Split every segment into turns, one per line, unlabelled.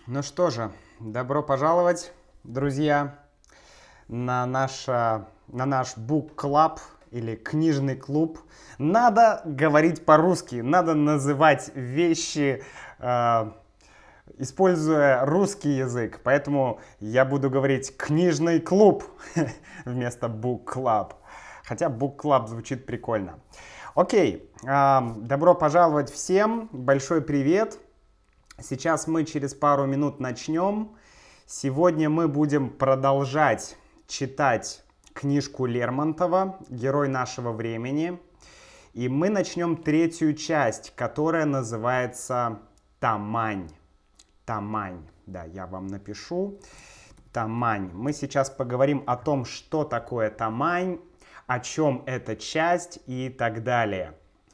Ну что же, добро пожаловать, друзья, на наш Book Club или книжный клуб. Надо говорить по-русски, надо называть вещи, используя русский язык. Поэтому я буду говорить книжный клуб вместо Book Club. Хотя Book Club звучит прикольно. Окей, добро пожаловать всем, большой привет. Сейчас мы через пару минут начнем. Сегодня мы будем продолжать читать книжку Лермонтова «Герой нашего времени». И мы начнем третью часть, которая называется «Тамань». Тамань, да, я вам напишу. Тамань. Мы сейчас поговорим о том, что такое Тамань, о чем эта часть и так далее.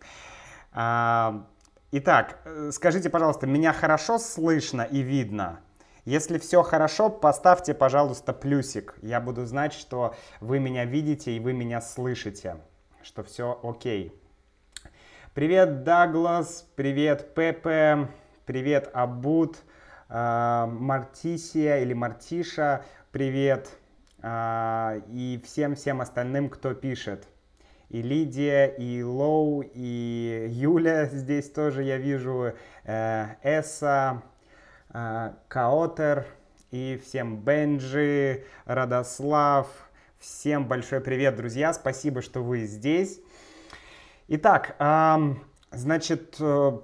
Итак, скажите, пожалуйста, меня хорошо слышно и видно? Если все хорошо, поставьте, пожалуйста, плюсик. Я буду знать, что вы меня видите и вы меня слышите, что все окей. Привет, Даглас, привет, Пепе, привет, Абут, Мартисия или Мартиша, привет. И всем остальным, кто пишет. И Лидия, и Лоу, и Юля здесь тоже я вижу, Эса, Каотер, и всем Бенджи, Радослав. Всем большой привет, друзья, спасибо, что вы здесь. Итак, значит,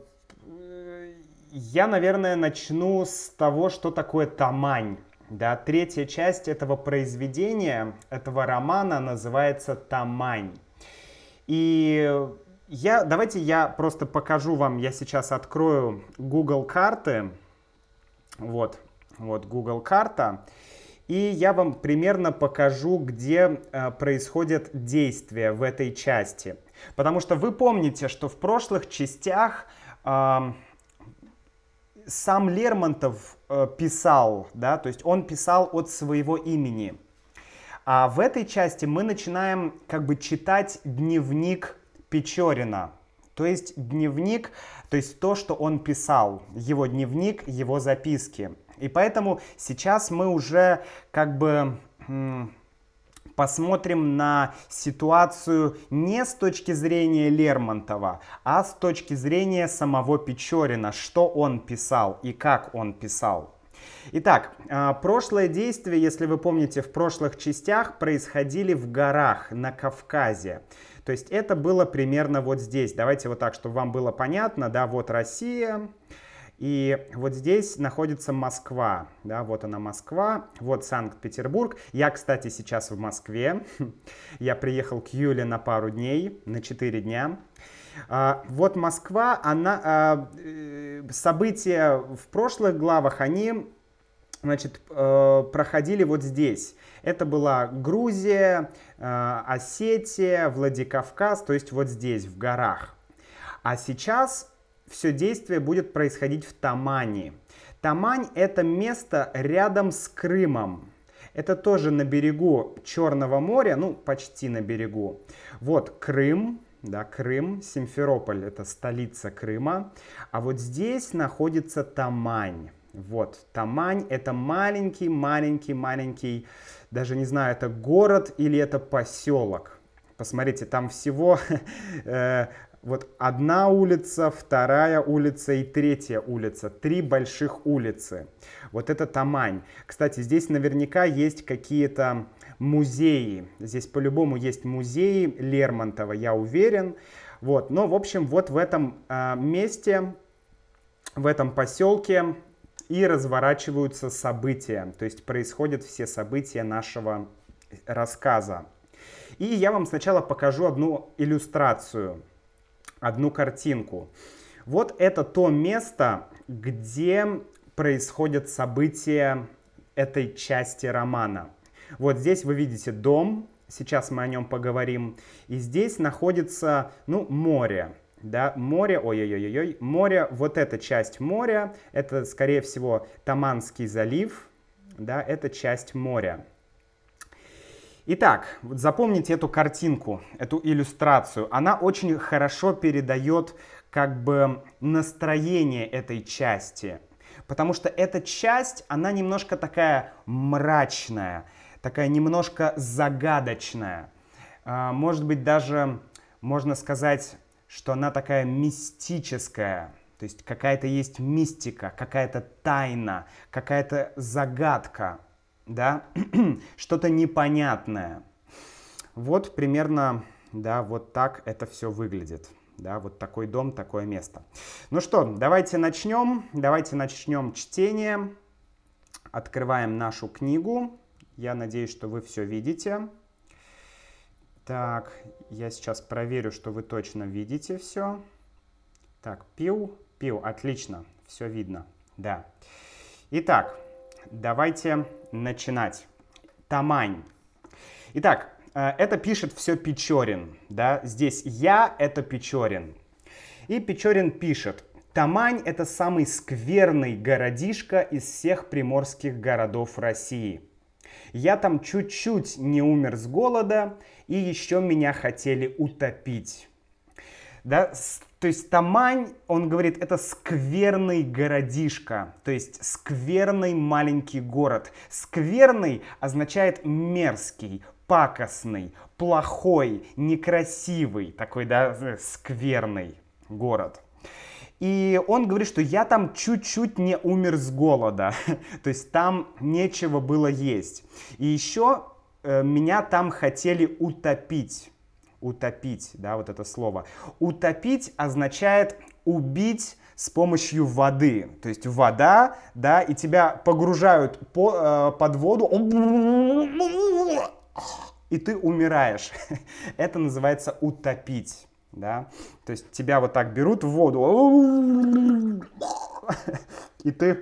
я, наверное, начну с того, что такое Тамань. Да, третья часть этого произведения, этого романа называется «Тамань». И давайте я просто покажу вам, я сейчас открою Google карты, вот Google карта, и я вам примерно покажу, где происходят действия в этой части. Потому что вы помните, что в прошлых частях сам Лермонтов писал, да, то есть он писал от своего имени. А в этой части мы начинаем как бы читать дневник Печорина. То есть дневник, то есть то, что он писал, его дневник, его записки. И поэтому сейчас мы уже как бы посмотрим на ситуацию не с точки зрения Лермонтова, а с точки зрения самого Печорина, что он писал и как он писал. Итак, прошлое действие, если вы помните, в прошлых частях происходили в горах на Кавказе. То есть это было примерно вот здесь. Давайте вот так, чтобы вам было понятно. Да, вот Россия, и вот здесь находится Москва. Да, вот она Москва, вот Санкт-Петербург. Я, кстати, сейчас в Москве. Я приехал к Юле на пару дней, на 4 дня. Вот Москва, события в прошлых главах, они, значит, проходили вот здесь. Это была Грузия, Осетия, Владикавказ, то есть вот здесь, в горах. А сейчас все действие будет происходить в Тамани. Тамань — это место рядом с Крымом. Это тоже на берегу Черного моря, ну, почти на берегу. Вот Крым. Да, Крым, Симферополь — это столица Крыма, а вот здесь находится Тамань. Вот, Тамань — это маленький, даже не знаю, это город или это поселок. Посмотрите, там всего вот одна улица, вторая улица и третья улица. 3 больших улицы. Вот это Тамань. Кстати, здесь наверняка есть какие-то музеи. Здесь по-любому есть музеи Лермонтова, я уверен. Вот. Но, в общем, вот в этом месте, в этом поселке и разворачиваются события. То есть происходят все события нашего рассказа. И я вам сначала покажу одну иллюстрацию, одну картинку. Вот это то место, где происходят события этой части романа. Вот здесь вы видите дом, сейчас мы о нем поговорим, и здесь находится, ну, море, да, море, ой-ой-ой-ой, море, вот эта часть моря, это, скорее всего, Таманский залив, да, это часть моря. Итак, вот запомните эту картинку, эту иллюстрацию, она очень хорошо передает как бы настроение этой части. Потому что эта часть, она немножко такая мрачная, такая немножко загадочная. Может быть, даже можно сказать, что она такая мистическая. То есть какая-то есть мистика, какая-то тайна, какая-то загадка, да, что-то непонятное. Вот примерно, да, вот так это все выглядит. Да, вот такой дом, такое место. Ну что, давайте начнем чтение. Открываем нашу книгу. Я надеюсь, что вы все видите. Так, я сейчас проверю, что вы точно видите все. Так, пил, отлично, все видно, да. Итак, давайте начинать. Тамань. Итак, это пишет все Печорин, да, здесь «я» — это Печорин. И Печорин пишет: «Тамань — это самый скверный городишко из всех приморских городов России. Я там чуть-чуть не умер с голода, и еще меня хотели утопить». Да, то есть Тамань, он говорит, это скверный городишко, то есть скверный маленький город. Скверный означает мерзкий, пакостный, плохой, некрасивый, такой, да, скверный город. И он говорит, что я там чуть-чуть не умер с голода, то есть там нечего было есть. И еще меня там хотели утопить. Утопить, да, вот это слово. Утопить означает убить с помощью воды. То есть вода, да, и тебя погружают под воду, и ты умираешь. Это называется утопить, да. То есть тебя вот так берут в воду, и ты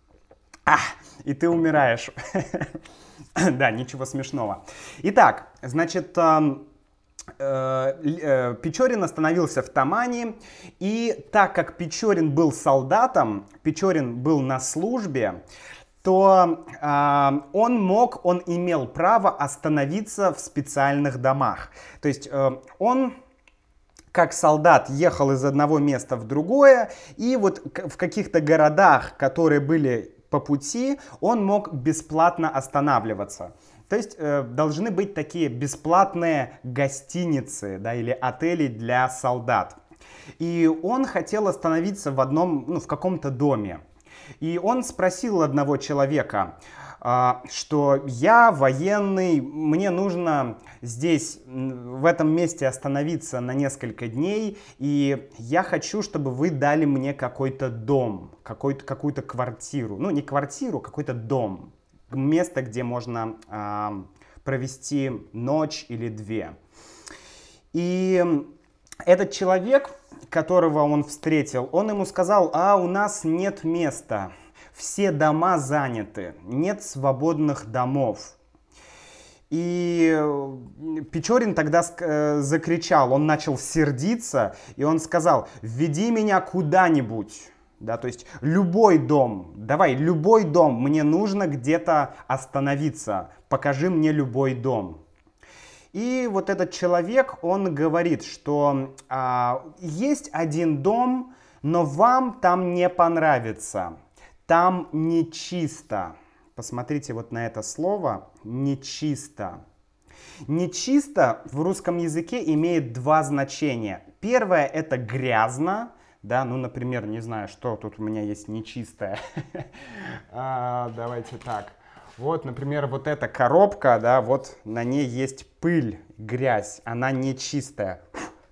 умираешь. Да, ничего смешного. Итак, значит, Печорин остановился в Тамане, и так как Печорин был солдатом, Печорин был на службе, то он имел право остановиться в специальных домах. То есть он, как солдат, ехал из одного места в другое, и вот в каких-то городах, которые были по пути, он мог бесплатно останавливаться. То есть должны быть такие бесплатные гостиницы, да, или отели для солдат. И он хотел остановиться в каком-то доме. И он спросил одного человека, что я военный, мне нужно здесь, в этом месте остановиться на несколько дней, и я хочу, чтобы вы дали мне какой-то дом, какую-то квартиру. Ну, не квартиру, какой-то дом. Место, где можно провести ночь или две. И этот человек, которого он встретил, он ему сказал: у нас нет места, все дома заняты, нет свободных домов. И Печорин тогда закричал, он начал сердиться, и он сказал: «Введи меня куда-нибудь». Да, то есть любой дом, давай, любой дом, мне нужно где-то остановиться, покажи мне любой дом. И вот этот человек, он говорит, что есть один дом, но вам там не понравится, там нечисто. Посмотрите вот на это слово «нечисто». Нечисто в русском языке имеет два значения. Первое — это грязно. Да, ну, например, не знаю, что тут у меня есть нечистое. Давайте так. Вот, например, вот эта коробка, да, вот на ней есть пыль, грязь, она нечистая.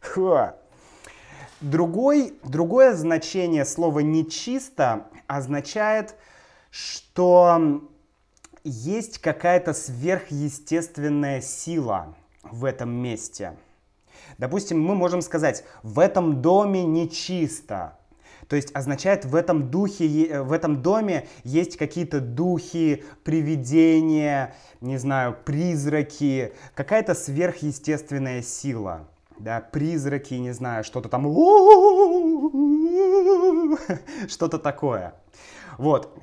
Другое значение слова «нечисто» означает, что есть какая-то сверхъестественная сила в этом месте. Допустим, мы можем сказать: в этом доме нечисто. То есть означает, в этом доме есть какие-то духи, привидения, не знаю, призраки, какая-то сверхъестественная сила. Да, призраки, не знаю, что-то там, что-то такое. Вот,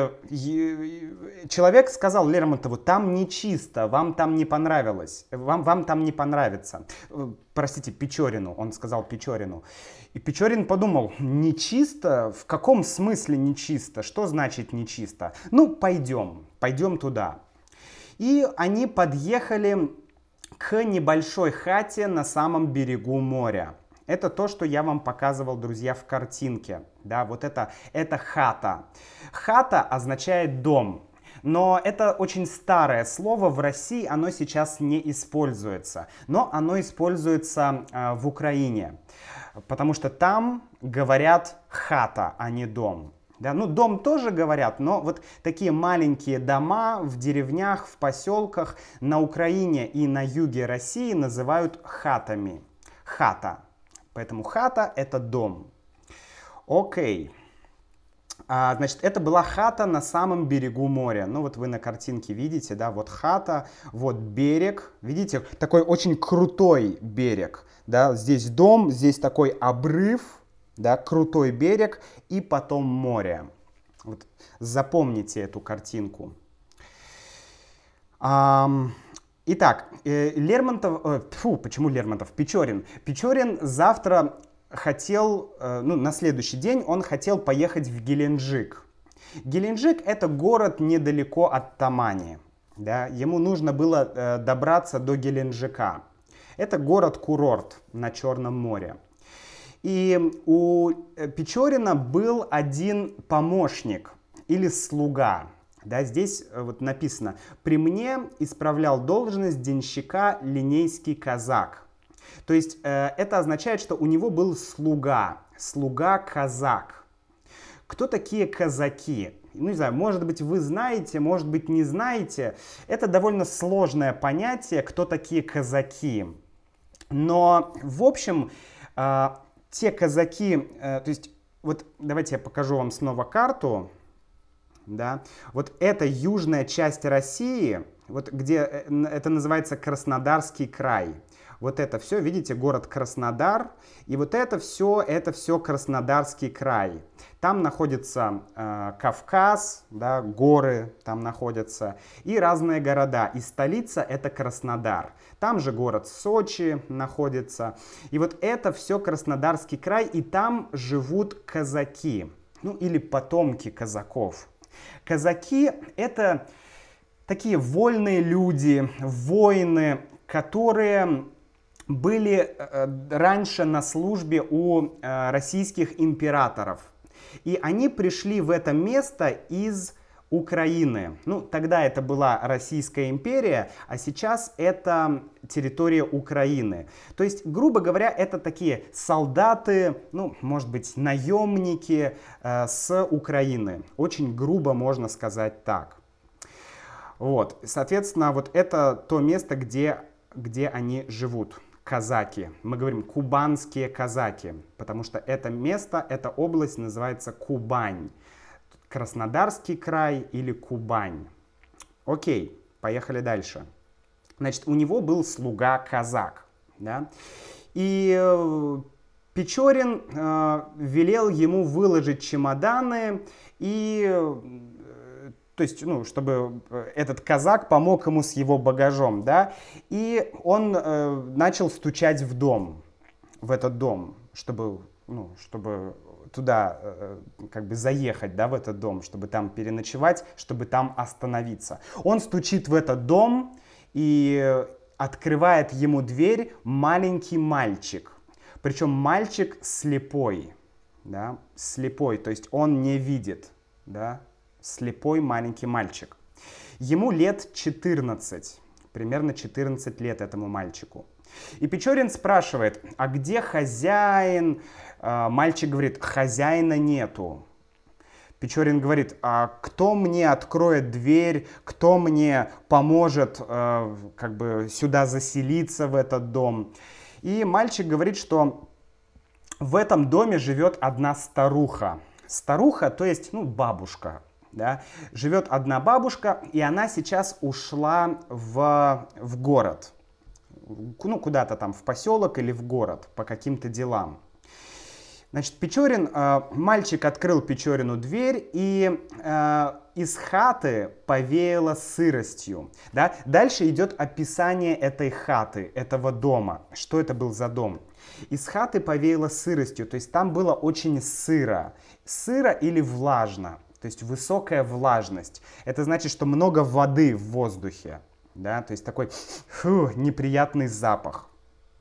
человек сказал Лермонтову: там нечисто, вам там не понравилось, вам там не понравится. Простите, Печорину, он сказал Печорину. И Печорин подумал: нечисто? В каком смысле нечисто? Что значит нечисто? Ну, пойдем туда. И они подъехали к небольшой хате на самом берегу моря. Это то, что я вам показывал, друзья, в картинке. Да, вот это хата. Хата означает дом. Но это очень старое слово, в России оно сейчас не используется. Но оно используется в Украине. Потому что там говорят хата, а не дом. Да, ну, дом тоже говорят, но вот такие маленькие дома в деревнях, в поселках на Украине и на юге России называют хатами. Хата. Поэтому хата — это дом. Окей. Значит, это была хата на самом берегу моря. Ну, вот вы на картинке видите, да, вот хата, вот берег. Видите, такой очень крутой берег. Да, здесь дом, здесь такой обрыв. Да, крутой берег и потом море. Вот, запомните эту картинку. Итак, почему Лермонтов? Печорин. Печорин завтра хотел, на следующий день он хотел поехать в Геленджик. Геленджик — это город недалеко от Тамани. Да? Ему нужно было добраться до Геленджика. Это город-курорт на Черном море. И у Печорина был один помощник или слуга. Да, здесь вот написано: «При мне исправлял должность денщика линейский казак». То есть это означает, что у него был слуга-казак. Кто такие казаки? Ну, не знаю, может быть, вы знаете, может быть, не знаете. Это довольно сложное понятие, кто такие казаки. Но, в общем, те казаки, то есть, вот давайте я покажу вам снова карту, да, вот это южная часть России, вот где это называется Краснодарский край, вот это все, видите, город Краснодар, и вот это все Краснодарский край. Там находится Кавказ, да, горы там находятся, и разные города, и столица — это Краснодар. Там же город Сочи находится. И вот это все Краснодарский край, и там живут казаки, ну или потомки казаков. Казаки — это такие вольные люди, воины, которые были раньше на службе у российских императоров. И они пришли в это место из Украины. Ну, тогда это была Российская империя, а сейчас это территория Украины. То есть, грубо говоря, это такие солдаты, ну, может быть, наемники с Украины. Очень грубо можно сказать так. Вот, соответственно, вот это то место, где они живут. Казаки. Мы говорим кубанские казаки, потому что это место, эта область называется Кубань. Краснодарский край или Кубань. Окей, поехали дальше. Значит, у него был слуга-казак. Да? И Печорин велел ему выложить чемоданы и... То есть, ну, чтобы этот казак помог ему с его багажом, да, и он начал стучать в этот дом, чтобы туда как бы заехать, да, в этот дом, чтобы там переночевать, чтобы там остановиться. Он стучит в этот дом, и открывает ему дверь маленький мальчик. Причем мальчик слепой, да, слепой, то есть он не видит, да. Слепой маленький мальчик. Ему лет 14, примерно 14 лет этому мальчику. И Печорин спрашивает: а где хозяин? Мальчик говорит: хозяина нету. Печорин говорит: а кто мне откроет дверь, кто мне поможет как бы сюда заселиться в этот дом? И мальчик говорит, что в этом доме живет одна старуха. Старуха, то есть, ну, бабушка. Да? Живет одна бабушка, и она сейчас ушла в город. Ну, куда-то там в поселок или в город по каким-то делам. Значит, мальчик открыл Печорину дверь, и из хаты повеяло сыростью. Да? Дальше идет описание этой хаты, этого дома. Что это был за дом? Из хаты повеяло сыростью, то есть там было очень сыро. Сыро или влажно, то есть высокая влажность. Это значит, что много воды в воздухе. Да? То есть такой неприятный запах.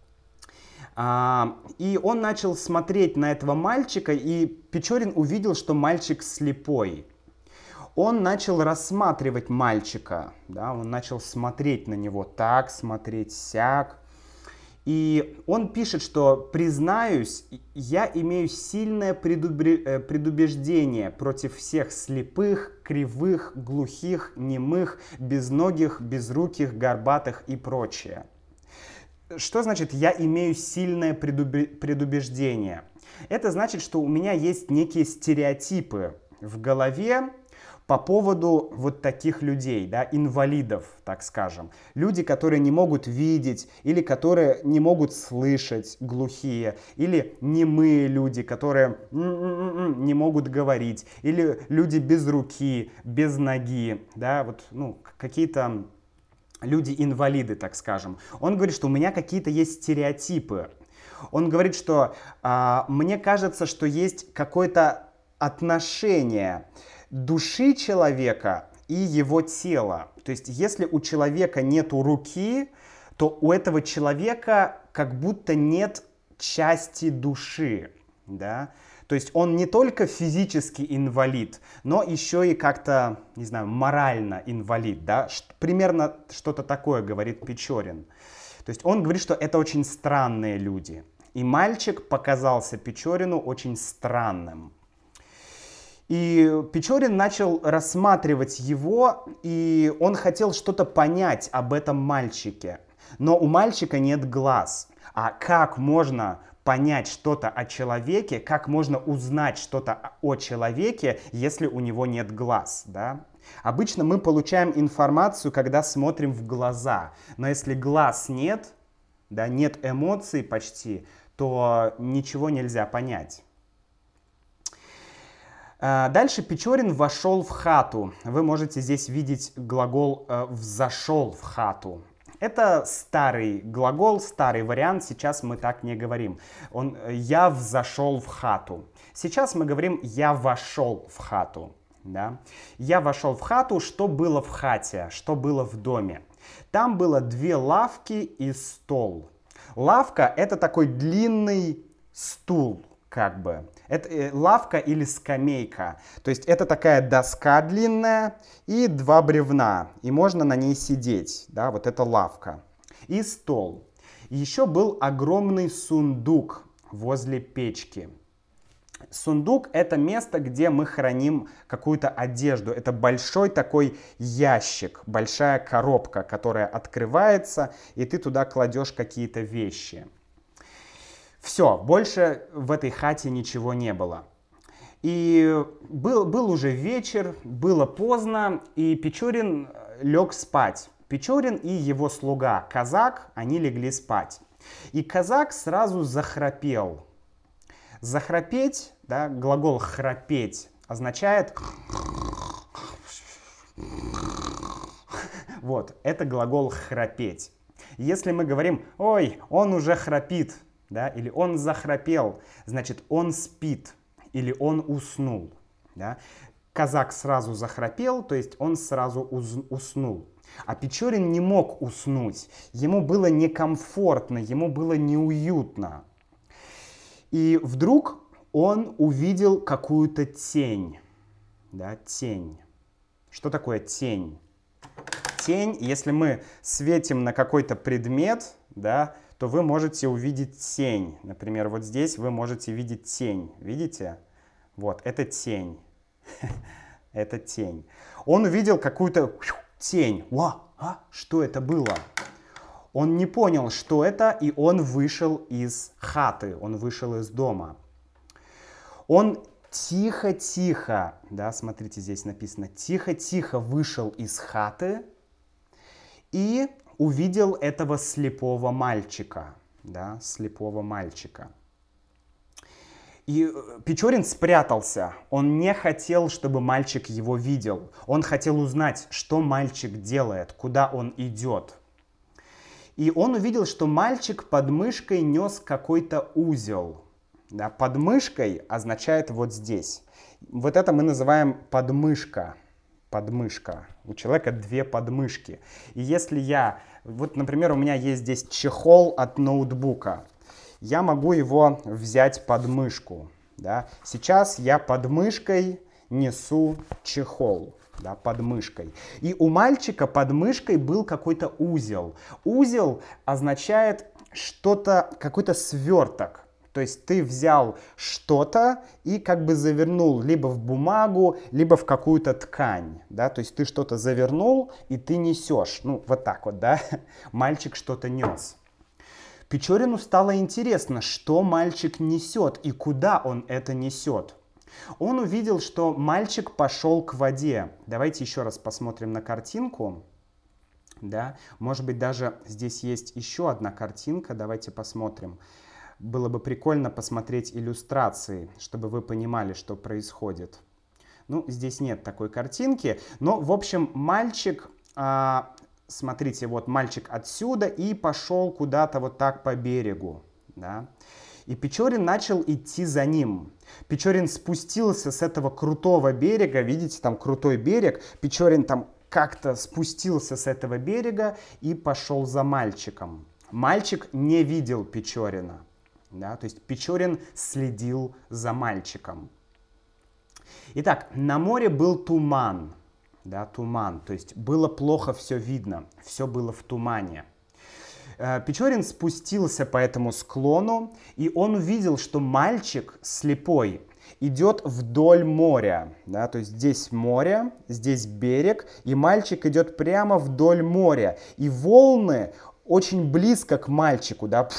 И он начал смотреть на этого мальчика, и Печорин увидел, что мальчик слепой. Он начал рассматривать мальчика, да, он начал смотреть на него так, смотреть сяк. И он пишет, что «признаюсь, я имею сильное предубеждение против всех слепых, кривых, глухих, немых, безногих, безруких, горбатых и прочее». Что значит «я имею сильное предубеждение»? Это значит, что у меня есть некие стереотипы в голове по поводу вот таких людей, да, инвалидов, так скажем. Люди, которые не могут видеть, или которые не могут слышать, глухие, или немые люди, которые не могут говорить, или люди без руки, без ноги, да, вот, ну, какие-то люди-инвалиды, так скажем. Он говорит, что у меня какие-то есть стереотипы. Он говорит, что мне кажется, что есть какое-то отношение души человека и его тела. То есть, если у человека нету руки, то у этого человека как будто нет части души, да? То есть он не только физически инвалид, но еще и как-то, не знаю, морально инвалид, да? Примерно что-то такое говорит Печорин. То есть он говорит, что это очень странные люди. И мальчик показался Печорину очень странным. И Печорин начал рассматривать его, и он хотел что-то понять об этом мальчике. Но у мальчика нет глаз. А как можно понять что-то о человеке, как можно узнать что-то о человеке, если у него нет глаз, да? Обычно мы получаем информацию, когда смотрим в глаза, но если глаз нет, да, нет эмоций почти, то ничего нельзя понять. Дальше Печорин вошел в хату. Вы можете здесь видеть глагол «взошел в хату». Это старый глагол, старый вариант, сейчас мы так не говорим. «Я взошел в хату». Сейчас мы говорим «я вошел в хату». Да? «Я вошел в хату». Что было в хате? Что было в доме? Там было 2 лавки и стол. Лавка — это такой длинный стул, как бы. Это лавка или скамейка. То есть это такая доска длинная и 2 бревна. И можно на ней сидеть. Да, вот это лавка. И стол. Еще был огромный сундук возле печки. Сундук — это место, где мы храним какую-то одежду. Это большой такой ящик, большая коробка, которая открывается, и ты туда кладешь какие-то вещи. Все, больше в этой хате ничего не было. И был уже вечер, было поздно, и Печорин лег спать. Печорин и его слуга Казак, они легли спать. И Казак сразу захрапел. Захрапеть, да, глагол «храпеть» означает... Вот, это глагол «храпеть». Если мы говорим «Ой, он уже храпит», да, или «он захрапел», значит «он спит» или «он уснул». Да. Казак сразу захрапел, то есть он сразу уснул. А Печорин не мог уснуть, ему было некомфортно, ему было неуютно. И вдруг он увидел какую-то тень. Да, тень. Что такое тень? Тень, если мы светим на какой-то предмет, да, то вы можете увидеть тень. Например, вот здесь вы можете видеть тень. Видите? Вот, это тень. Это тень. Он увидел какую-то тень. Что это было? Он не понял, что это, и он вышел из хаты, он вышел из дома. Он тихо-тихо, да, смотрите, здесь написано, тихо-тихо вышел из хаты и увидел этого слепого мальчика, да, слепого мальчика. И Печорин спрятался. Он не хотел, чтобы мальчик его видел. Он хотел узнать, что мальчик делает, куда он идет. И он увидел, что мальчик под мышкой нес какой-то узел. Да, под мышкой означает вот здесь. Вот это мы называем подмышка. Подмышка. У человека две подмышки. И если вот, например, у меня есть здесь чехол от ноутбука. Я могу его взять под мышку. Да? Сейчас я под мышкой несу чехол. Да, под мышкой. И у мальчика под мышкой был какой-то узел. Узел означает что-то, какой-то сверток. То есть ты взял что-то и как бы завернул либо в бумагу, либо в какую-то ткань. Да? То есть ты что-то завернул и ты несешь. Ну, вот так вот, да? Мальчик что-то нес. Печорину стало интересно, что мальчик несет и куда он это несет. Он увидел, что мальчик пошел к воде. Давайте еще раз посмотрим на картинку. Да? Может быть, даже здесь есть еще одна картинка. Давайте посмотрим. Было бы прикольно посмотреть иллюстрации, чтобы вы понимали, что происходит. Ну, здесь нет такой картинки. Но, в общем, мальчик... Смотрите, вот мальчик отсюда и пошел куда-то вот так по берегу. Да? И Печорин начал идти за ним. Печорин спустился с этого крутого берега. Видите, там крутой берег. Печорин там как-то спустился с этого берега и пошел за мальчиком. Мальчик не видел Печорина. Да? То есть Печорин следил за мальчиком. Итак, на море был туман. Да, туман, то есть было плохо все видно, все было в тумане. Печорин спустился по этому склону, и он увидел, что мальчик слепой идет вдоль моря. Да, то есть здесь море, здесь берег, и мальчик идет прямо вдоль моря. И волны очень близко к мальчику. Да,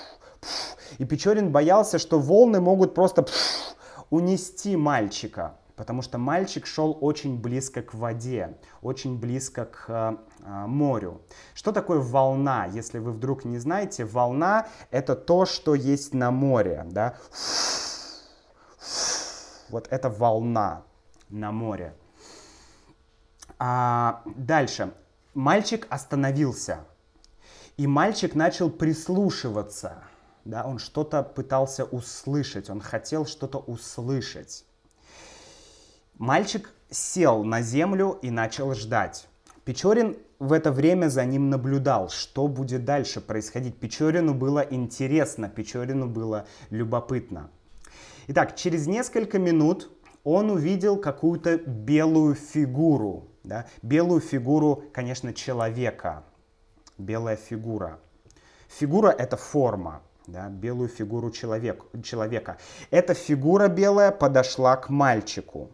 и Печорин боялся, что волны могут просто унести мальчика. Потому что мальчик шел очень близко к воде, очень близко к морю. Что такое волна? Если вы вдруг не знаете, волна — это то, что есть на море. Да? Вот это волна на море. Дальше. Мальчик остановился. И мальчик начал прислушиваться. Да? Он что-то пытался услышать, он хотел что-то услышать. Мальчик сел на землю и начал ждать. Печорин в это время за ним наблюдал, что будет дальше происходить. Печорину было интересно, Печорину было любопытно. Итак, через несколько минут он увидел какую-то белую фигуру. Да? Белую фигуру, конечно, человека. Белая фигура. Фигура — это форма. Да? Белую фигуру человека. Эта фигура белая подошла к мальчику.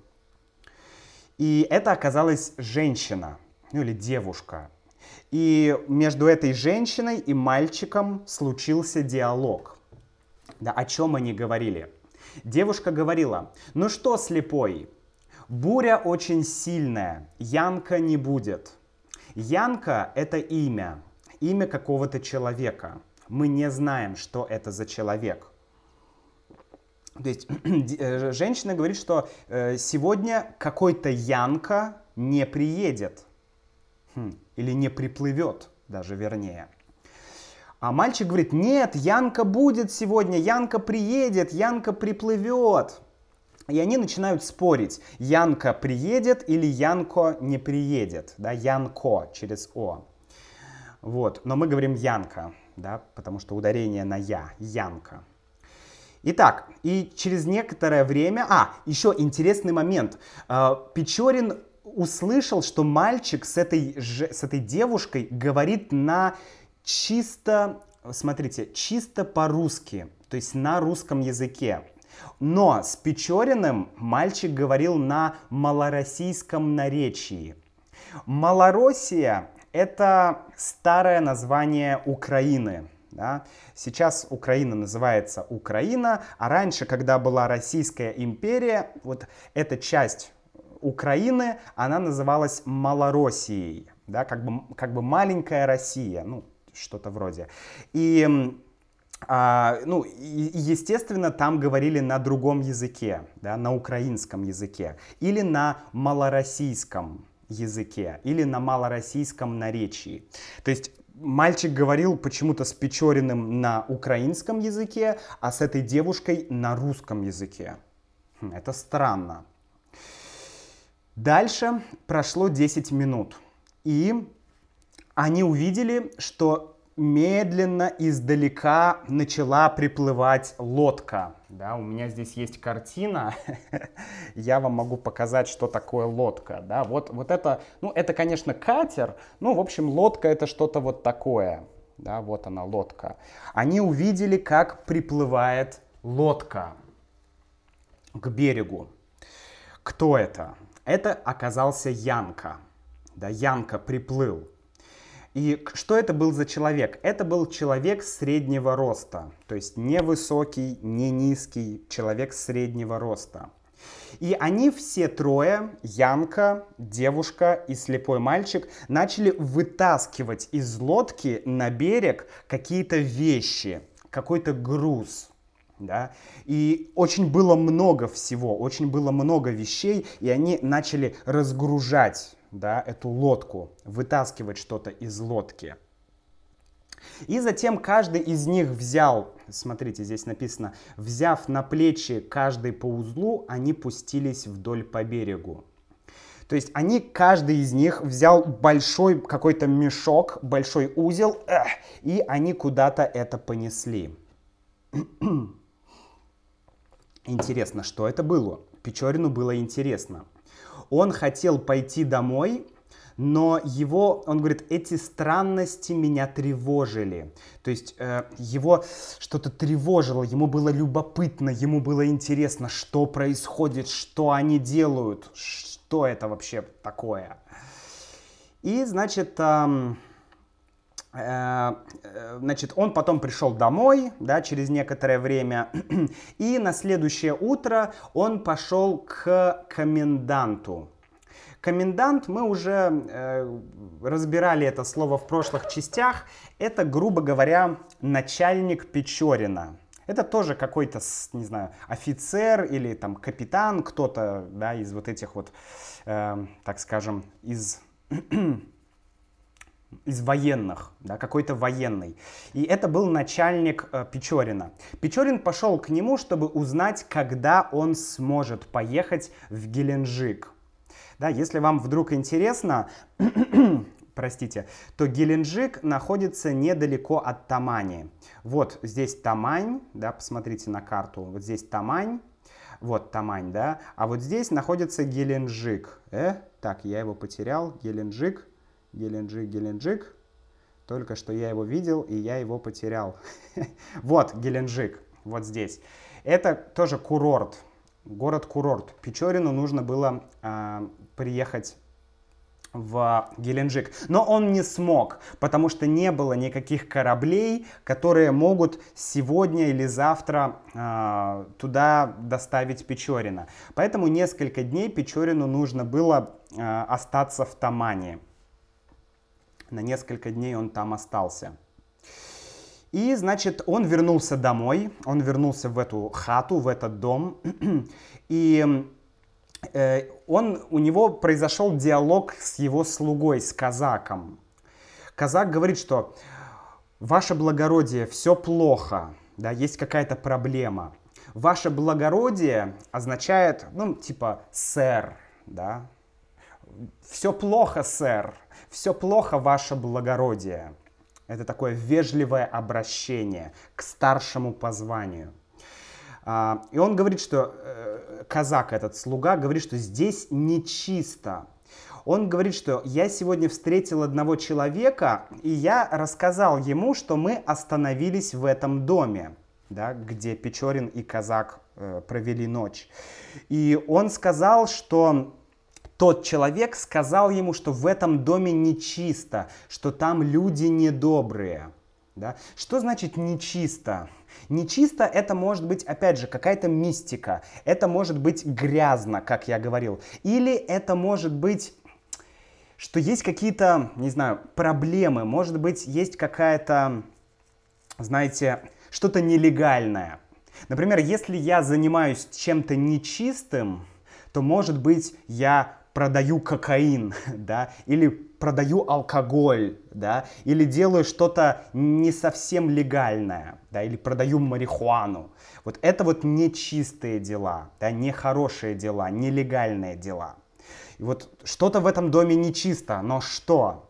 И это оказалась женщина, ну или девушка. И между этой женщиной и мальчиком случился диалог. Да, о чем они говорили? Девушка говорила: «Ну что, слепой, буря очень сильная, Янка не будет». Янка — это имя какого-то человека. Мы не знаем, что это за человек. То есть женщина говорит, что сегодня какой-то Янка не приедет. Или не приплывет, даже вернее. А мальчик говорит: нет, Янка будет сегодня, Янка приедет, Янка приплывет. И они начинают спорить, Янка приедет или Янко не приедет. Да, Янко через О. Вот. Но мы говорим Янка, да, потому что ударение на Я, Янка. Итак, и через некоторое время... еще интересный момент. Печорин услышал, что мальчик с этой девушкой говорит на чисто, смотрите, чисто по-русски, то есть на русском языке. Но с Печориным мальчик говорил на малороссийском наречии. Малороссия — это старое название Украины. Да? Сейчас Украина называется Украина, а раньше, когда была Российская империя, вот эта часть Украины, она называлась Малороссией, да? как бы маленькая Россия, ну, что-то вроде. И Естественно, там говорили на другом языке, да, на украинском языке, или на малороссийском языке, или на малороссийском наречии. То есть мальчик говорил почему-то с Печориным на украинском языке, а с этой девушкой на русском языке. Это странно. Дальше прошло 10 минут, и они увидели, что медленно издалека начала приплывать лодка. Да, у меня здесь есть картина, я вам могу показать, что такое лодка. Да, вот это, это, конечно, катер, в общем, лодка это что-то вот такое. Да, вот она, лодка. Они увидели, как приплывает лодка к берегу. Кто это? Это оказался Янка. Да, Янка приплыл. И что это был за человек? Это был человек среднего роста, то есть не высокий, не низкий, человек среднего роста. И они все трое, Янка, девушка и слепой мальчик, начали вытаскивать из лодки на берег какие-то вещи, какой-то груз. Да? И очень было много всего, очень было много вещей, и они начали разгружать, да, эту лодку, вытаскивать что-то из лодки. И затем каждый из них взял, смотрите, здесь написано, взяв на плечи каждый по узлу, они пустились вдоль по берегу. То есть каждый из них взял большой какой-то мешок, большой узел, и они куда-то это понесли. Интересно, что это было? Печорину было интересно. Он хотел пойти домой, но он говорит, эти странности меня тревожили. То есть его что-то тревожило, ему было любопытно, ему было интересно, что происходит, что они делают, что это вообще такое. И, значит, он потом пришел домой, да, через некоторое время, и на следующее утро он пошел к коменданту. Комендант, мы уже разбирали это слово в прошлых частях, это, грубо говоря, начальник Печорина. Это тоже какой-то, не знаю, офицер или там капитан, кто-то, да, из вот этих вот, так скажем, из военных, да, какой-то военный. И это был начальник Печорина. Печорин пошел к нему, чтобы узнать, когда он сможет поехать в Геленджик. Да, если вам вдруг интересно, простите, то Геленджик находится недалеко от Тамани. Вот здесь Тамань, да, посмотрите на карту, вот здесь Тамань, вот Тамань, да, а вот здесь находится Геленджик. Так, я его потерял, Геленджик. Геленджик. Только что я его видел, и я его потерял. Вот Геленджик, вот здесь. Это тоже курорт, город-курорт. Печорину нужно было приехать в Геленджик. Но он не смог, потому что не было никаких кораблей, которые могут сегодня или завтра туда доставить Печорина. Поэтому несколько дней Печорину нужно было остаться в Тамани. На несколько дней он там остался. И, значит, он вернулся домой, он вернулся в эту хату, в этот дом. И у него произошел диалог с его слугой, с казаком. Казак говорит, что «Ваше благородие, все плохо, да, есть какая-то проблема». «Ваше благородие» означает, типа «сэр», да. «Все плохо, сэр». «Все плохо, ваше благородие». Это такое вежливое обращение к старшему по званию. И он говорит, что казак, этот слуга, говорит, что здесь нечисто. Он говорит, что я сегодня встретил одного человека, и я рассказал ему, что мы остановились в этом доме, да, где Печорин и казак провели ночь. И он сказал, что тот человек сказал ему, что в этом доме нечисто, что там люди недобрые. Да? Что значит нечисто? Нечисто это может быть, опять же, какая-то мистика. Это может быть грязно, как я говорил. Или это может быть, что есть какие-то, не знаю, проблемы. Может быть, есть какая-то, знаете, что-то нелегальное. Например, если я занимаюсь чем-то нечистым, то, может быть, я продаю кокаин, да, или продаю алкоголь, да, или делаю что-то не совсем легальное, да, или продаю марихуану. Вот это вот нечистые дела, да, нехорошие дела, нелегальные дела. И вот что-то в этом доме нечисто, но что?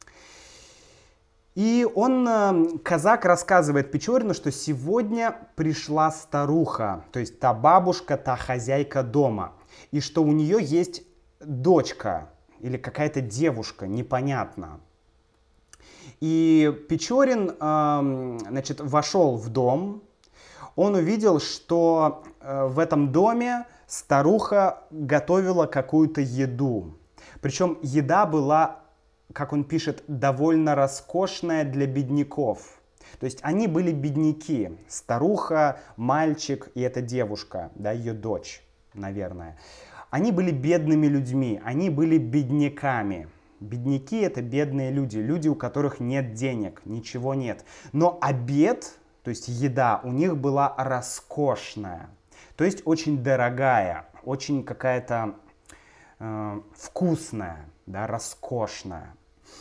И казак рассказывает Печорину, что сегодня пришла старуха, то есть та бабушка, та хозяйка дома, и что у нее есть дочка или какая-то девушка, непонятно. И Печорин, значит, вошел в дом, он увидел, что в этом доме старуха готовила какую-то еду. Причем еда была, как он пишет, довольно роскошная для бедняков. То есть они были бедняки. Старуха, мальчик и эта девушка, да, ее дочь, наверное. Они были бедными людьми, они были бедняками. Бедняки — это бедные люди, люди, у которых нет денег, ничего нет. Но обед, то есть еда, у них была роскошная, то есть очень дорогая, очень какая-то вкусная, да, роскошная.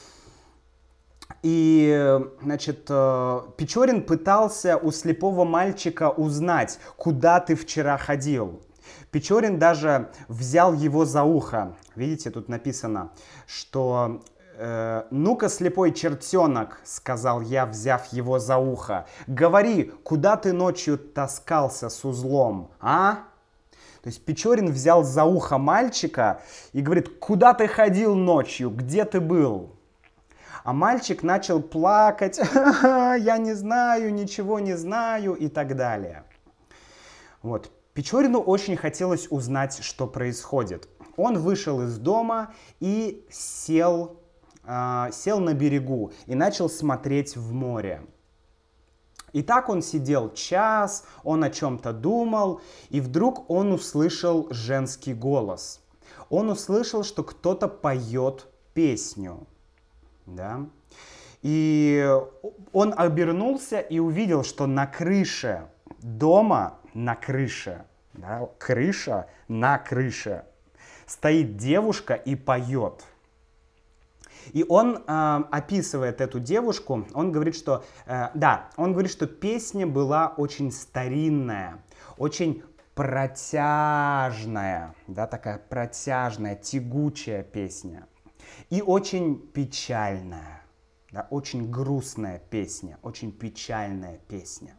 И, значит, Печорин пытался у слепого мальчика узнать, куда ты вчера ходил. Печорин даже взял его за ухо. Видите, тут написано, что «Ну-ка, слепой чертенок», — сказал я, взяв его за ухо, — «говори, куда ты ночью таскался с узлом, а?» То есть Печорин взял за ухо мальчика и говорит: «Куда ты ходил ночью? Где ты был?» А мальчик начал плакать: «Я не знаю, ничего не знаю» и так далее. Вот. Печорину очень хотелось узнать, что происходит. Он вышел из дома и сел на берегу и начал смотреть в море. И так он сидел час, он о чем-то думал, и вдруг он услышал женский голос. Он услышал, что кто-то поет песню. Да? И он обернулся и увидел, что на крыше дома, на крыше, да, крыша на крыше, стоит девушка и поет. И он описывает эту девушку, он говорит, что, песня была очень старинная, очень протяжная, да, такая протяжная, тягучая песня. И очень печальная, да, очень грустная песня, очень печальная песня.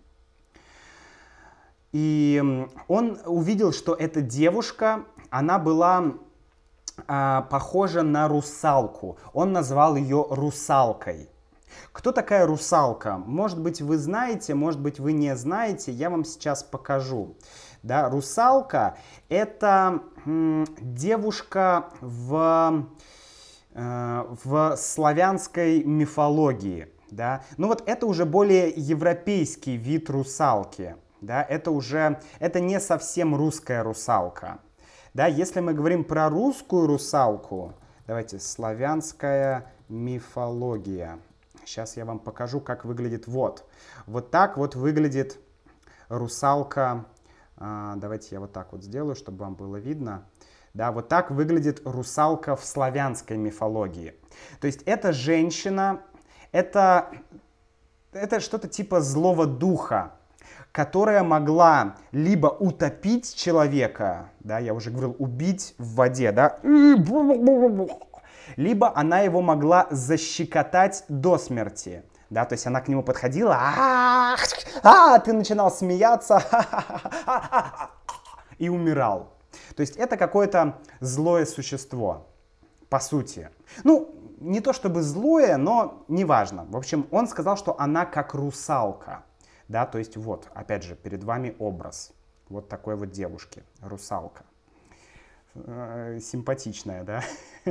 И он увидел, что эта девушка, она была похожа на русалку. Он назвал ее русалкой. Кто такая русалка? Может быть, вы знаете, может быть, вы не знаете. Я вам сейчас покажу. Да, русалка — это девушка в славянской мифологии. Да? Ну вот это уже более европейский вид русалки. Да? Это не совсем русская русалка. Да, если мы говорим про русскую русалку, давайте, славянская мифология. Сейчас я вам покажу, как выглядит. Вот так вот выглядит русалка. Давайте я вот так вот сделаю, чтобы вам было видно. Да, вот так выглядит русалка в славянской мифологии. То есть эта женщина, это что-то типа злого духа, которая могла либо утопить человека, да, я уже говорил, убить в воде, да, либо она его могла защекотать до смерти, да, то есть она к нему подходила, ты начинал смеяться и умирал. То есть это какое-то злое существо, по сути. Ну, не то чтобы злое, но неважно. В общем, он сказал, что она как русалка. Да, то есть вот, опять же, перед вами образ вот такой вот девушки, русалка. Симпатичная, да?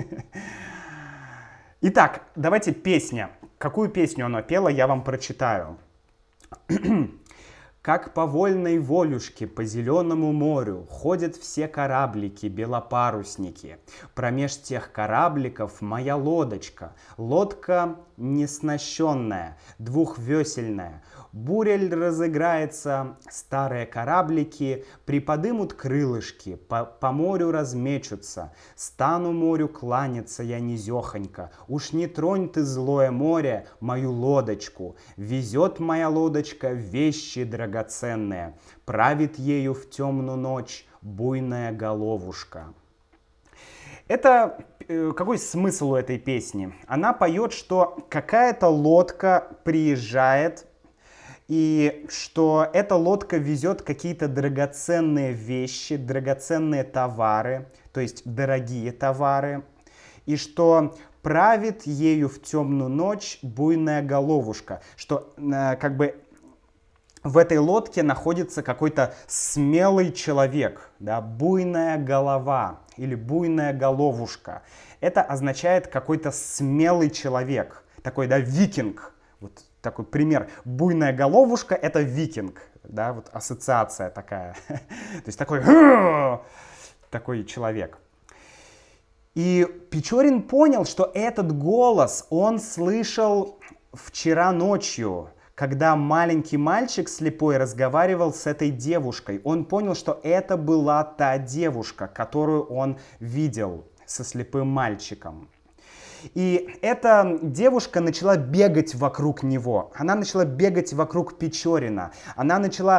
Итак, давайте песня. Какую песню она пела, я вам прочитаю. Как по вольной волюшке по зеленому морю ходят все кораблики, белопарусники. Промеж тех корабликов моя лодочка, лодка неснащенная, двухвесельная. Бурель разыграется, старые кораблики приподымут крылышки, по морю размечутся. Стану морю кланяться я низехонько, уж не тронь ты, злое море, мою лодочку. Везет моя лодочка вещи драгоценные, правит ею в темную ночь буйная головушка. Это какой смысл у этой песни? Она поет, что какая-то лодка приезжает, и что эта лодка везет какие-то драгоценные вещи, драгоценные товары, то есть дорогие товары, и что правит ею в темную ночь буйная головушка, что как бы в этой лодке находится какой-то смелый человек, да, буйная голова или буйная головушка. Это означает какой-то смелый человек, такой, да, викинг. Вот такой пример. Буйная головушка — это викинг, да, вот ассоциация такая. То есть такой человек. И Печорин понял, что этот голос он слышал вчера ночью, когда маленький мальчик слепой разговаривал с этой девушкой. Он понял, что это была та девушка, которую он видел со слепым мальчиком. И эта девушка начала бегать вокруг него. Она начала бегать вокруг Печорина. Она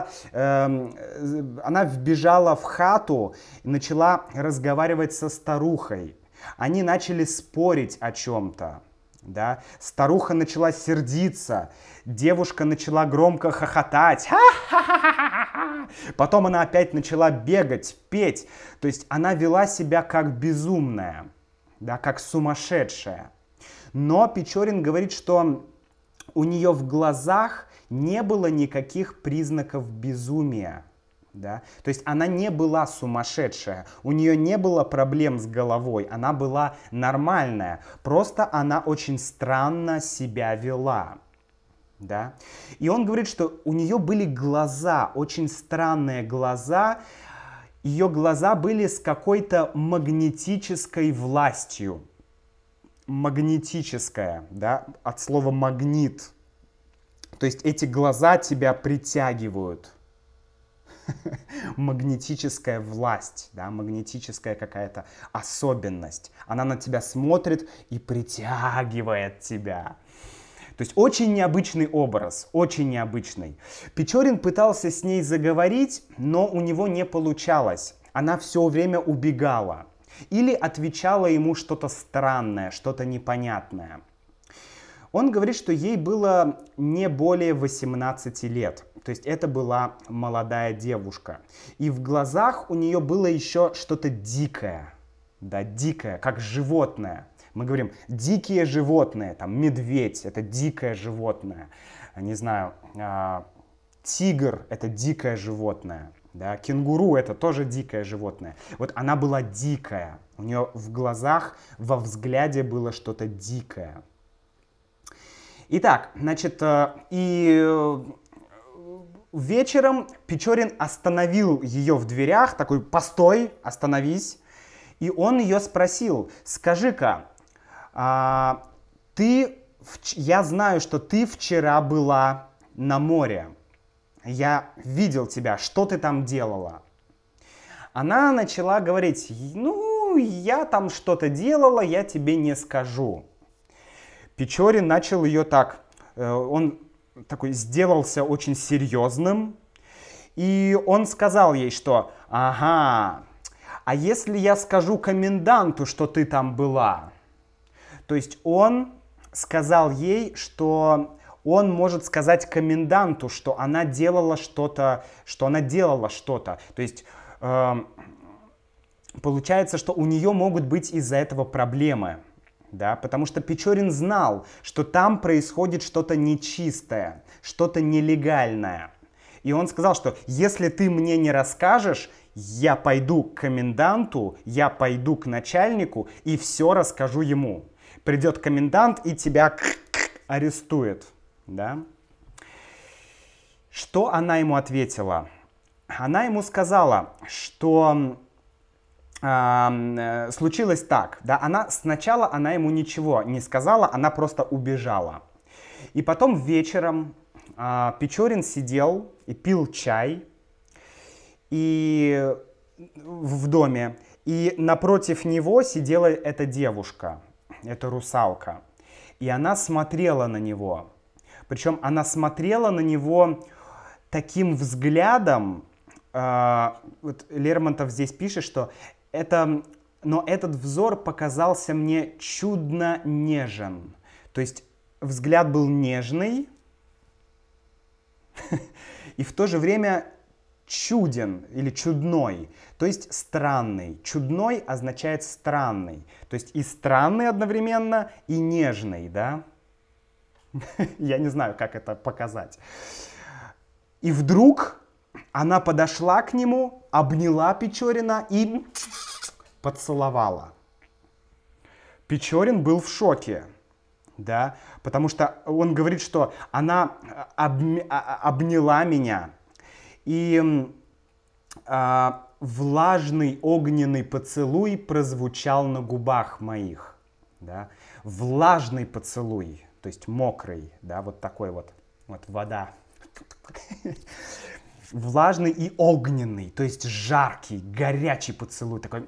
вбежала в хату и начала разговаривать со старухой. Они начали спорить о чем-то. Да? Старуха начала сердиться. Девушка начала громко хохотать. Потом она опять начала бегать, петь. То есть она вела себя как безумная. Да, как сумасшедшая. Но Печорин говорит, что у нее в глазах не было никаких признаков безумия. Да? То есть она не была сумасшедшая, у нее не было проблем с головой, она была нормальная. Просто она очень странно себя вела. Да? И он говорит, что у нее были глаза, очень странные глаза. Ее глаза были с какой-то магнетической властью. Магнетическая, да, от слова магнит. То есть эти глаза тебя притягивают. Магнетическая власть, да, магнетическая какая-то особенность. Она на тебя смотрит и притягивает тебя. То есть очень необычный образ, очень необычный. Печорин пытался с ней заговорить, но у него не получалось. Она все время убегала или отвечала ему что-то странное, что-то непонятное. Он говорит, что ей было не более 18 лет. То есть это была молодая девушка. И в глазах у нее было еще что-то дикое. Да, дикое, как животное. Мы говорим, дикие животные, там, медведь — это дикое животное. Не знаю, тигр — это дикое животное. Да, кенгуру — это тоже дикое животное. Вот она была дикая. У нее в глазах, во взгляде было что-то дикое. Итак, значит, и вечером Печорин остановил ее в дверях, такой: постой, остановись. И он ее спросил: скажи-ка, я знаю, что ты вчера была на море. Я видел тебя, что ты там делала? Она начала говорить: ну, я там что-то делала, я тебе не скажу. Печорин начал ее так, он такой сделался очень серьезным, и он сказал ей, что: ага, а если я скажу коменданту, что ты там была? То есть он сказал ей, что он может сказать коменданту, что она делала что-то, То есть получается, что у нее могут быть из-за этого проблемы. Да? Потому что Печорин знал, что там происходит что-то нечистое, что-то нелегальное. И он сказал, что если ты мне не расскажешь, я пойду к коменданту, я пойду к начальнику и все расскажу ему. Придет комендант и тебя арестует. Да? Что она ему ответила? Она ему сказала, что случилось так, да, сначала она ему ничего не сказала, она просто убежала. И потом вечером Печорин сидел и пил чай в доме, и напротив него сидела эта девушка, эта русалка, и она смотрела на него. Причем она смотрела на него таким взглядом, вот Лермонтов здесь пишет, что но этот взор показался мне чудно нежен. То есть взгляд был нежный и в то же время чуден или чудной, то есть странный. Чудной означает странный, то есть и странный одновременно, и нежный, да? Я не знаю, как это показать. И вдруг она подошла к нему, обняла Печорина и поцеловала. Печорин был в шоке, да, потому что он говорит, что она обняла меня, и влажный огненный поцелуй прозвучал на губах моих, да, влажный поцелуй, то есть мокрый, да, вот такой вот вода. Влажный и огненный, то есть жаркий, горячий поцелуй, такой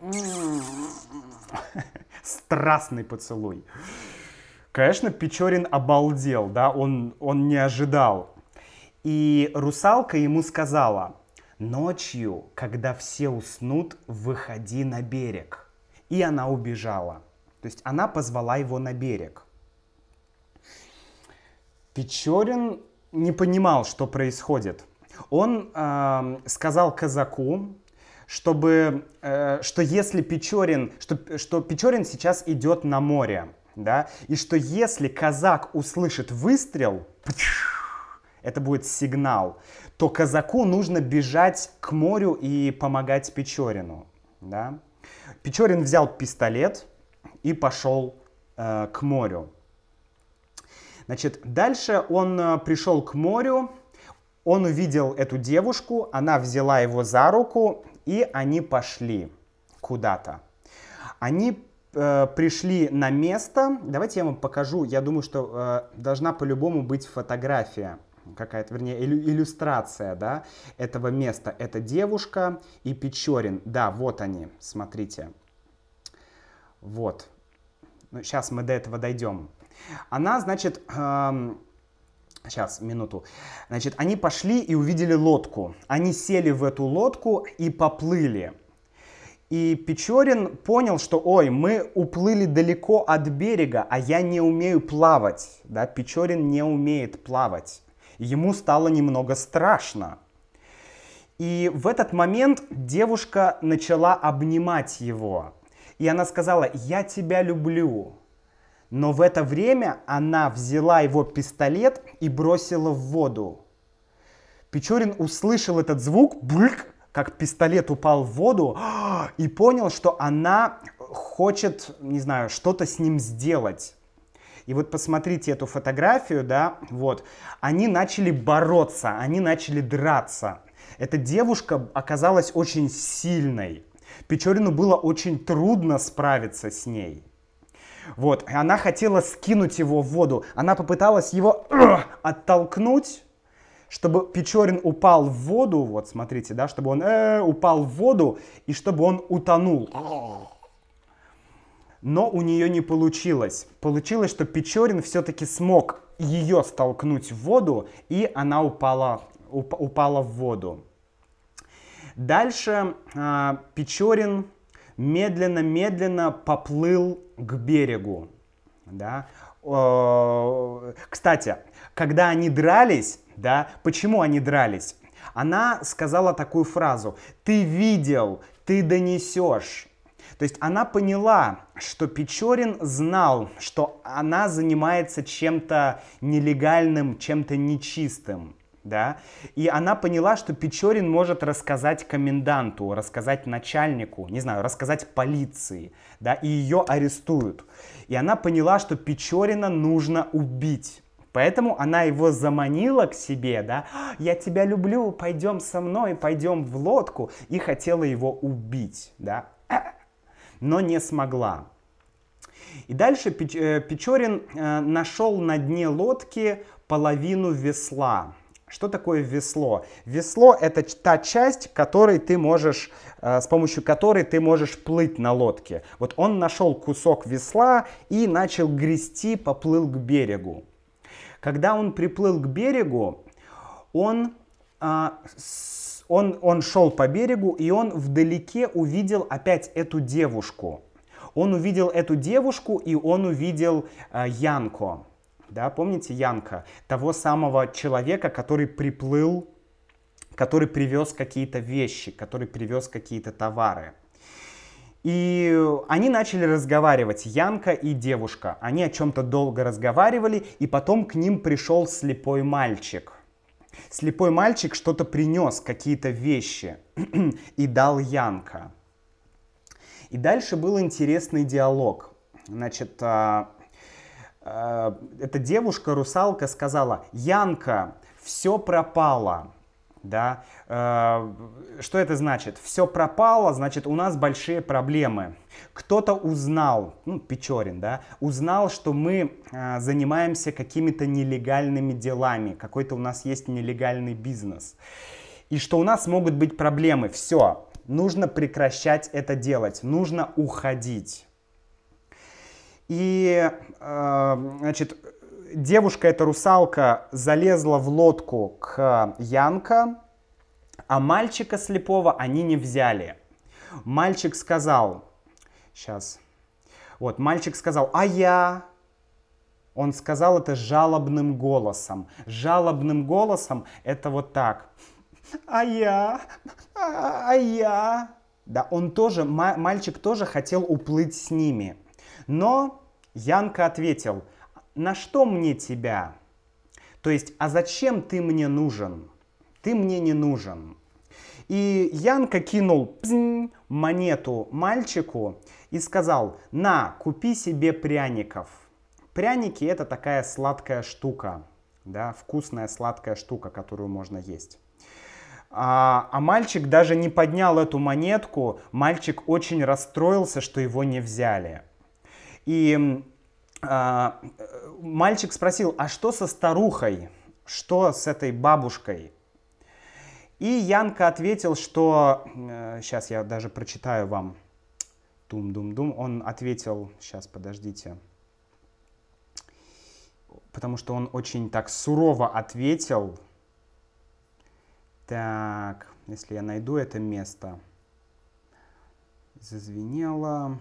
страстный поцелуй. Конечно, Печорин обалдел, да, он не ожидал. И русалка ему сказала: ночью, когда все уснут, выходи на берег. И она убежала. То есть она позвала его на берег. Печорин не понимал, что происходит. Он сказал казаку, что если Печорин, что Печорин сейчас идет на море, да, и что если казак услышит выстрел, это будет сигнал, то казаку нужно бежать к морю и помогать Печорину, да. Печорин взял пистолет и пошел к морю. Значит, дальше он пришел к морю. Он увидел эту девушку, она взяла его за руку, и они пошли куда-то. Они пришли на место. Давайте я вам покажу. Я думаю, что должна по-любому быть фотография какая-то, вернее, иллюстрация, да, этого места. Это девушка и Печорин. Да, вот они, смотрите. Вот. Ну, сейчас мы до этого дойдем. Она, значит... Сейчас, минуту. Значит, они пошли и увидели лодку. Они сели в эту лодку и поплыли. И Печорин понял, что, ой, мы уплыли далеко от берега, а я не умею плавать. Да? Печорин не умеет плавать. Ему стало немного страшно. И в этот момент девушка начала обнимать его. И она сказала: я тебя люблю. Но в это время она взяла его пистолет и бросила в воду. Печорин услышал этот звук, бульк, как пистолет упал в воду, и понял, что она хочет, не знаю, что-то с ним сделать. И вот посмотрите эту фотографию, да, вот. Они начали бороться, они начали драться. Эта девушка оказалась очень сильной. Печорину было очень трудно справиться с ней. Вот, она хотела скинуть его в воду. Она попыталась его оттолкнуть, чтобы Печорин упал в воду. Вот, смотрите, да, чтобы он упал в воду и чтобы он утонул. Но у нее не получилось. Получилось, что Печорин все-таки смог ее столкнуть в воду, и она упала в воду. Дальше Печорин медленно-медленно поплыл к берегу. Да? Кстати, когда они дрались, да, почему они дрались? Она сказала такую фразу: «Ты видел, ты донесешь». То есть она поняла, что Печорин знал, что она занимается чем-то нелегальным, чем-то нечистым. Да? И она поняла, что Печорин может рассказать коменданту, рассказать начальнику, не знаю, рассказать полиции, да? И ее арестуют. И она поняла, что Печорина нужно убить. Поэтому она его заманила к себе, да, я тебя люблю, пойдем со мной, пойдем в лодку, и хотела его убить, да, но не смогла. И дальше Печорин нашел на дне лодки половину весла. Что такое весло? Весло — это та часть, с помощью которой ты можешь плыть на лодке. Вот он нашел кусок весла и начал грести, поплыл к берегу. Когда он приплыл к берегу, он шел по берегу, и он вдалеке увидел опять эту девушку. Он увидел эту девушку, и он увидел Янко. Да, помните Янка? Того самого человека, который приплыл, который привез какие-то вещи, который привез какие-то товары. И они начали разговаривать, Янка и девушка. Они о чем-то долго разговаривали, и потом к ним пришел слепой мальчик. Слепой мальчик что-то принес, какие-то вещи, и дал Янка. И дальше был интересный диалог. Значит, эта девушка-русалка сказала: Янка, все пропало. Да? Что это значит? Все пропало, значит, у нас большие проблемы. Кто-то узнал, Печорин, да, узнал, что мы занимаемся какими-то нелегальными делами, какой-то у нас есть нелегальный бизнес, и что у нас могут быть проблемы. Все, нужно прекращать это делать, нужно уходить. И, значит, девушка, эта русалка, залезла в лодку к Янко, а мальчика слепого они не взяли. Мальчик сказал, мальчик сказал: а я? Он сказал это жалобным голосом. Жалобным голосом это вот так. А я? Да, мальчик тоже хотел уплыть с ними. Но Янка ответил: на что мне тебя? То есть, а зачем ты мне нужен? Ты мне не нужен. И Янка кинул монету мальчику и сказал: на, купи себе пряников. Пряники — это такая сладкая штука, да, вкусная сладкая штука, которую можно есть. А мальчик даже не поднял эту монетку, мальчик очень расстроился, что его не взяли. И мальчик спросил: а что со старухой? Что с этой бабушкой? И Янка ответил, что... Сейчас я даже прочитаю вам. Дум-дум-дум. Он ответил... Сейчас, подождите. Потому что он очень так сурово ответил. Так, если я найду это место. Зазвенело...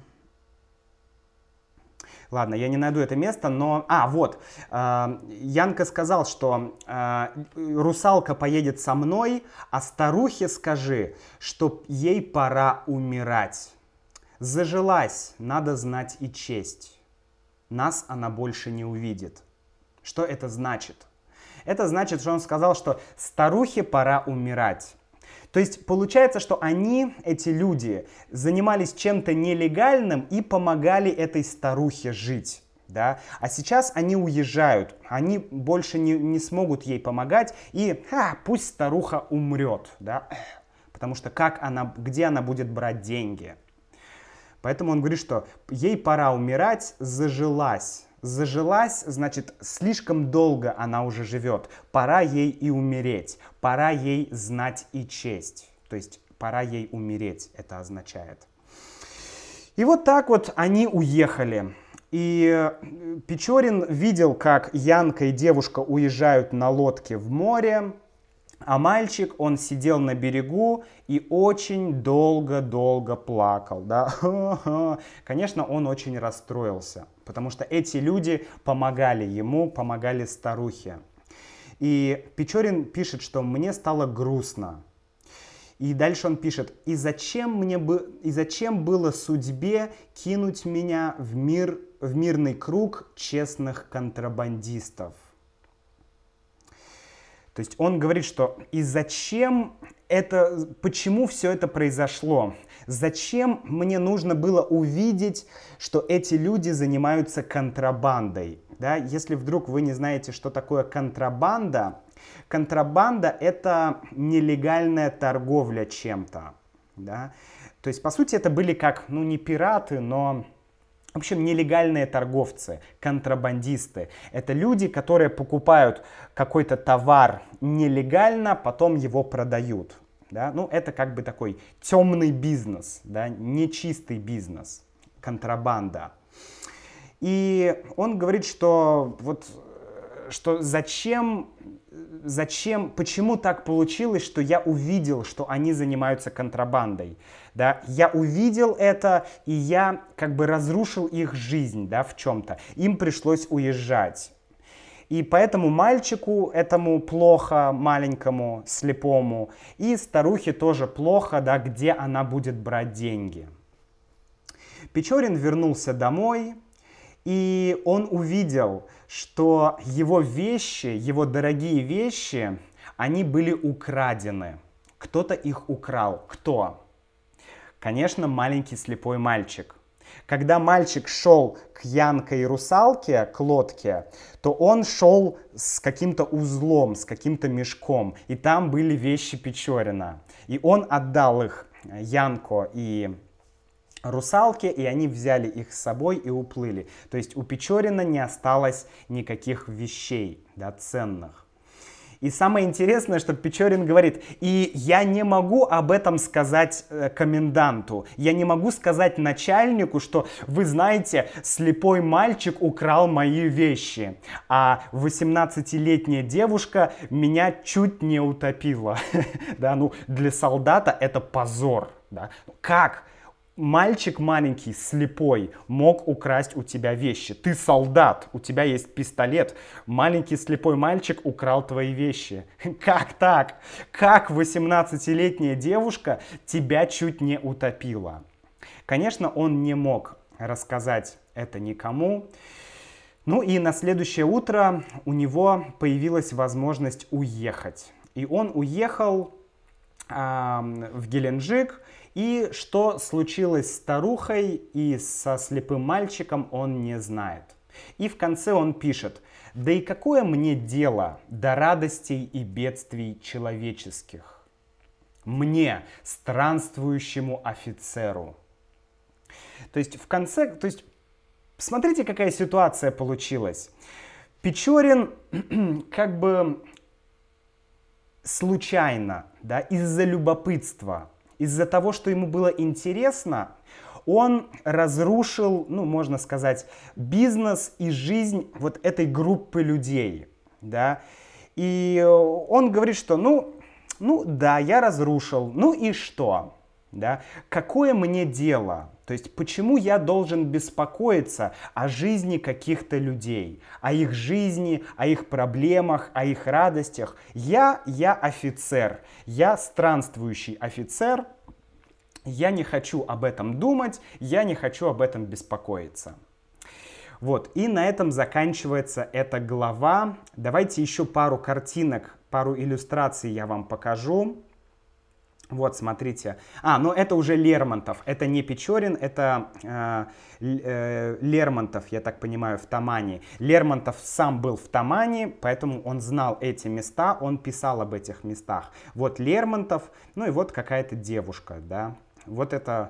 Ладно, я не найду это место, но... Янка сказал, что русалка поедет со мной, а старухе скажи, что ей пора умирать. Зажилась, надо знать и честь. Нас она больше не увидит. Что это значит? Это значит, что он сказал, что старухе пора умирать. То есть получается, что эти люди, занимались чем-то нелегальным и помогали этой старухе жить. Да? А сейчас они уезжают, они больше не смогут ей помогать, и пусть старуха умрет. Да? Потому что где она будет брать деньги? Поэтому он говорит, что ей пора умирать, зажилась. Зажилась, значит, слишком долго она уже живет. Пора ей и умереть. Пора ей знать и честь. То есть пора ей умереть, это означает. И вот так вот они уехали. И Печорин видел, как Янка и девушка уезжают на лодке в море. А мальчик, он сидел на берегу и очень долго-долго плакал. Да? Конечно, он очень расстроился, потому что эти люди помогали ему, помогали старухе. И Печорин пишет, что мне стало грустно. И дальше он пишет: и зачем было судьбе кинуть меня в мирный круг честных контрабандистов? То есть он говорит, что почему все это произошло? Зачем мне нужно было увидеть, что эти люди занимаются контрабандой? да, если вдруг вы не знаете, что такое контрабанда, контрабанда — это нелегальная торговля чем-то, да. То есть, по сути, это были как, ну, не пираты, но, в общем, нелегальные торговцы, контрабандисты. Это люди, которые покупают какой-то товар нелегально, потом его продают. Да? Ну, это как бы такой темный бизнес, да? Нечистый бизнес, контрабанда. И он говорит, что вот что почему так получилось, что я увидел, что они занимаются контрабандой. Да? Я увидел это, и я как бы разрушил их жизнь, да, в чем-то. Им пришлось уезжать. И поэтому мальчику этому плохо, маленькому, слепому, и старухе тоже плохо, да, где она будет брать деньги. Печорин вернулся домой, и он увидел, что его вещи, его дорогие вещи, они были украдены. Кто-то их украл. Кто? Конечно, маленький слепой мальчик. Когда мальчик шел к Янко и русалке, к лодке, то он шел с каким-то узлом, с каким-то мешком, и там были вещи Печорина. И он отдал их Янко и русалке, и они взяли их с собой и уплыли. То есть у Печорина не осталось никаких вещей, да, ценных. И самое интересное, что Печорин говорит, и я не могу об этом сказать коменданту, я не могу сказать начальнику, что, вы знаете, слепой мальчик украл мои вещи, а 18-летняя девушка меня чуть не утопила. Да, ну, для солдата это позор. Да? Как мальчик маленький, слепой, мог украсть у тебя вещи? Ты солдат, у тебя есть пистолет. Маленький слепой мальчик украл твои вещи. Как так? Как 18-летняя девушка тебя чуть не утопила? Конечно, он не мог рассказать это никому. Ну и на следующее утро у него появилась возможность уехать. И он уехал в Геленджик. И что случилось с старухой и со слепым мальчиком, он не знает. И в конце он пишет: «Да и какое мне дело до радостей и бедствий человеческих? Мне, странствующему офицеру». То есть в конце, то есть смотрите, какая ситуация получилась. Печорин как бы случайно, да, из-за любопытства, из-за того, что ему было интересно, он разрушил, ну, можно сказать, бизнес и жизнь вот этой группы людей, да. И он говорит, что, ну да, я разрушил, ну и что, да, какое мне дело? То есть, почему я должен беспокоиться о жизни каких-то людей, о их жизни, о их проблемах, о их радостях? Я офицер, я странствующий офицер, я не хочу об этом думать, я не хочу об этом беспокоиться. Вот, и на этом заканчивается эта глава. Давайте еще пару картинок, пару иллюстраций я вам покажу. Вот, смотрите. Ну это уже Лермонтов. Это не Печорин, это Лермонтов, я так понимаю, в Тамане. Лермонтов сам был в Тамане, поэтому он знал эти места, он писал об этих местах. Вот Лермонтов, ну и вот какая-то девушка, да. Вот это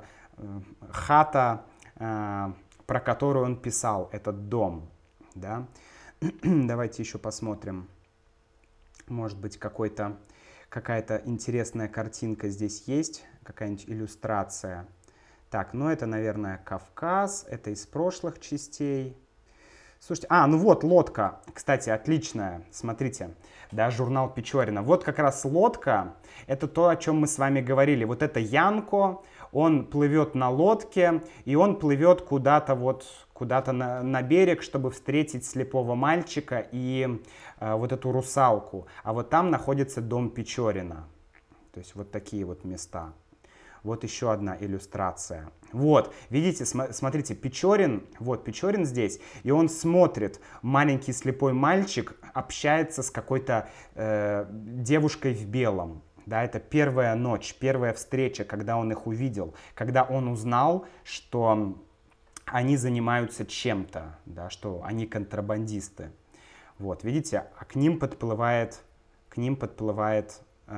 хата, про которую он писал, этот дом, да. Давайте еще посмотрим. Может быть, какая-то интересная картинка здесь есть, какая-нибудь иллюстрация. Так, ну это, наверное, Кавказ, это из прошлых частей. Слушайте, ну вот лодка, кстати, отличная, смотрите, да, журнал Печорина. Вот как раз лодка, это то, о чем мы с вами говорили. Вот это Янко, он плывет на лодке, и он плывет куда-то на берег, чтобы встретить слепого мальчика и вот эту русалку. А вот там находится дом Печорина. То есть вот такие вот места. Вот еще одна иллюстрация. Вот, видите, смотрите, Печорин, вот Печорин здесь, и он смотрит, маленький слепой мальчик общается с какой-то девушкой в белом. Да, это первая ночь, первая встреча, когда он их увидел, когда он узнал, что они занимаются чем-то, да, что они контрабандисты. Вот, видите, а к ним подплывает, к ним подплывает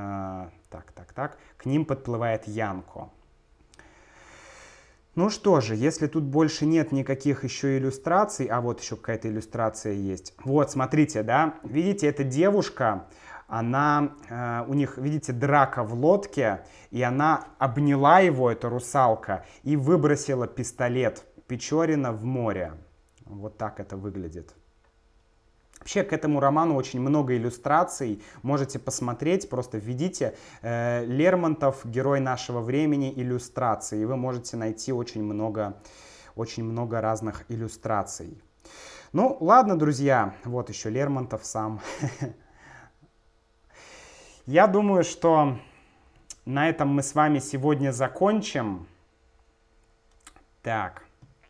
Янко. Ну что же, если тут больше нет никаких еще иллюстраций, а вот еще какая-то иллюстрация есть. Вот, смотрите, да, видите, эта девушка, она, у них, видите, драка в лодке, и она обняла его, эта русалка, и выбросила пистолет Печорина в море. Вот так это выглядит. Вообще к этому роману очень много иллюстраций, можете посмотреть, просто введите Лермонтов, герой нашего времени, иллюстрации, и вы можете найти очень много разных иллюстраций. Ну, ладно, друзья, вот еще Лермонтов сам. Я думаю, что на этом мы с вами сегодня закончим. Так.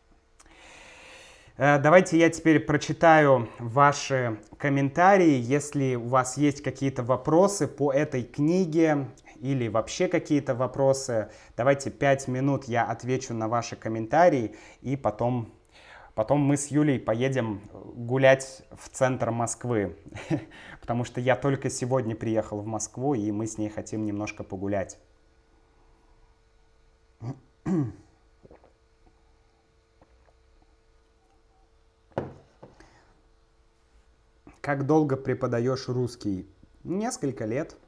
Давайте я теперь прочитаю ваши комментарии. Если у вас есть какие-то вопросы по этой книге или вообще какие-то вопросы, давайте 5 минут я отвечу на ваши комментарии, и потом мы с Юлей поедем гулять в центр Москвы, потому что я только сегодня приехал в Москву, и мы с ней хотим немножко погулять. Как долго преподаешь русский? Несколько лет.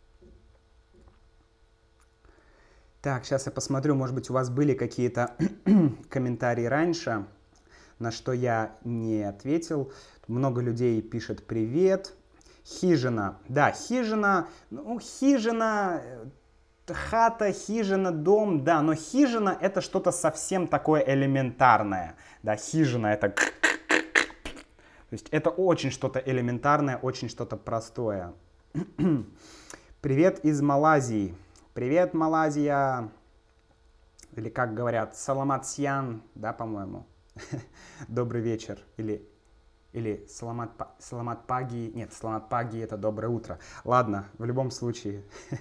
Так, сейчас я посмотрю, может быть, у вас были какие-то комментарии раньше, на что я не ответил. Много людей пишет привет. Хижина. Да, хижина. Ну, хижина, хата, хижина, дом. Да, но хижина это что-то совсем такое элементарное. Да, хижина это... То есть это очень что-то элементарное, очень что-то простое. Привет из Малайзии. Привет, Малайзия. Или как говорят, саламат сьян, да, по-моему. Добрый вечер. Или саламат паги. Нет, саламат паги это доброе утро. Ладно, в любом случае.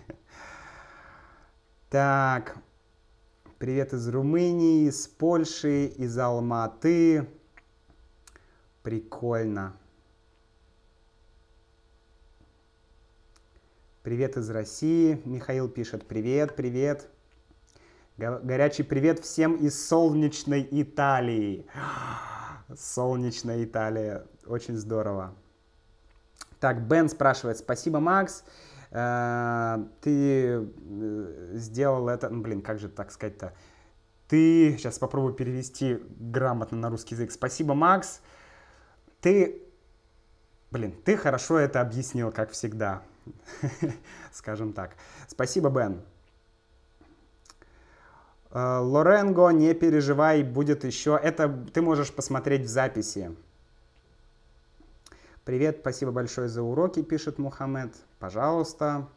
Так. Привет из Румынии, из Польши, из Алматы. Прикольно. Привет из России. Михаил пишет привет, привет. Горячий привет всем из солнечной Италии. Солнечная Италия. Очень здорово. Так, Бен спрашивает. Спасибо, Макс. Ты сделал это... Ну, блин, как же так сказать-то? Ты... Сейчас попробую перевести грамотно на русский язык. Спасибо, Макс. Ты хорошо это объяснил, как всегда. Скажем так. Спасибо, Бен. Лоренго, не переживай, будет еще. Это ты можешь посмотреть в записи. Привет, спасибо большое за уроки, пишет Мухаммед. Пожалуйста.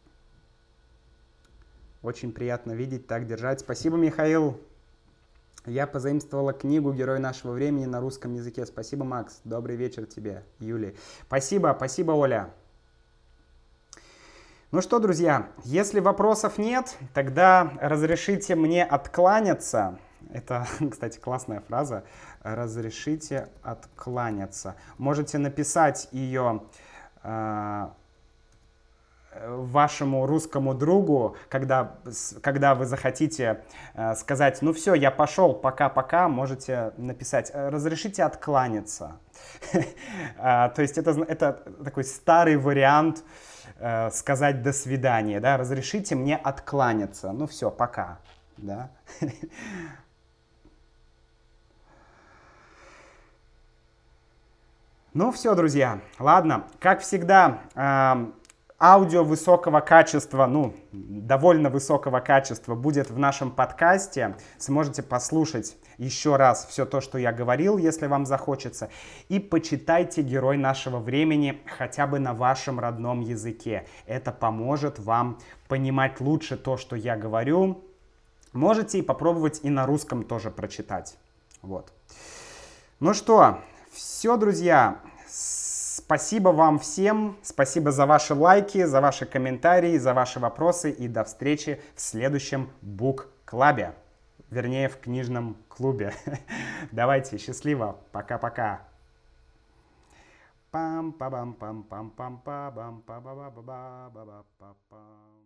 Очень приятно видеть, так держать. Спасибо, Михаил. Я позаимствовала книгу «Герой нашего времени» на русском языке. Спасибо, Макс. Добрый вечер тебе, Юли. Спасибо, Оля. Ну что, друзья, если вопросов нет, тогда разрешите мне откланяться. Это, кстати, классная фраза. Разрешите откланяться. Можете написать ее вашему русскому другу, когда вы захотите сказать, ну все, я пошел, пока-пока, можете написать, разрешите откланяться. То есть это такой старый вариант сказать до свидания, да, разрешите мне откланяться, ну все, пока, да. Ну все, друзья, ладно, как всегда, аудио высокого качества, ну, довольно высокого качества будет в нашем подкасте. Сможете послушать еще раз все то, что я говорил, если вам захочется. И почитайте «Герой нашего времени» хотя бы на вашем родном языке. Это поможет вам понимать лучше то, что я говорю. Можете и попробовать и на русском тоже прочитать. Вот. Ну что, все, друзья. Спасибо вам всем, спасибо за ваши лайки, за ваши комментарии, за ваши вопросы и до встречи в следующем Book Club. Вернее, в книжном клубе. Давайте, счастливо. Пока-пока. Пам па бам пам пам пам па бам па ба ба ба ба ба па пам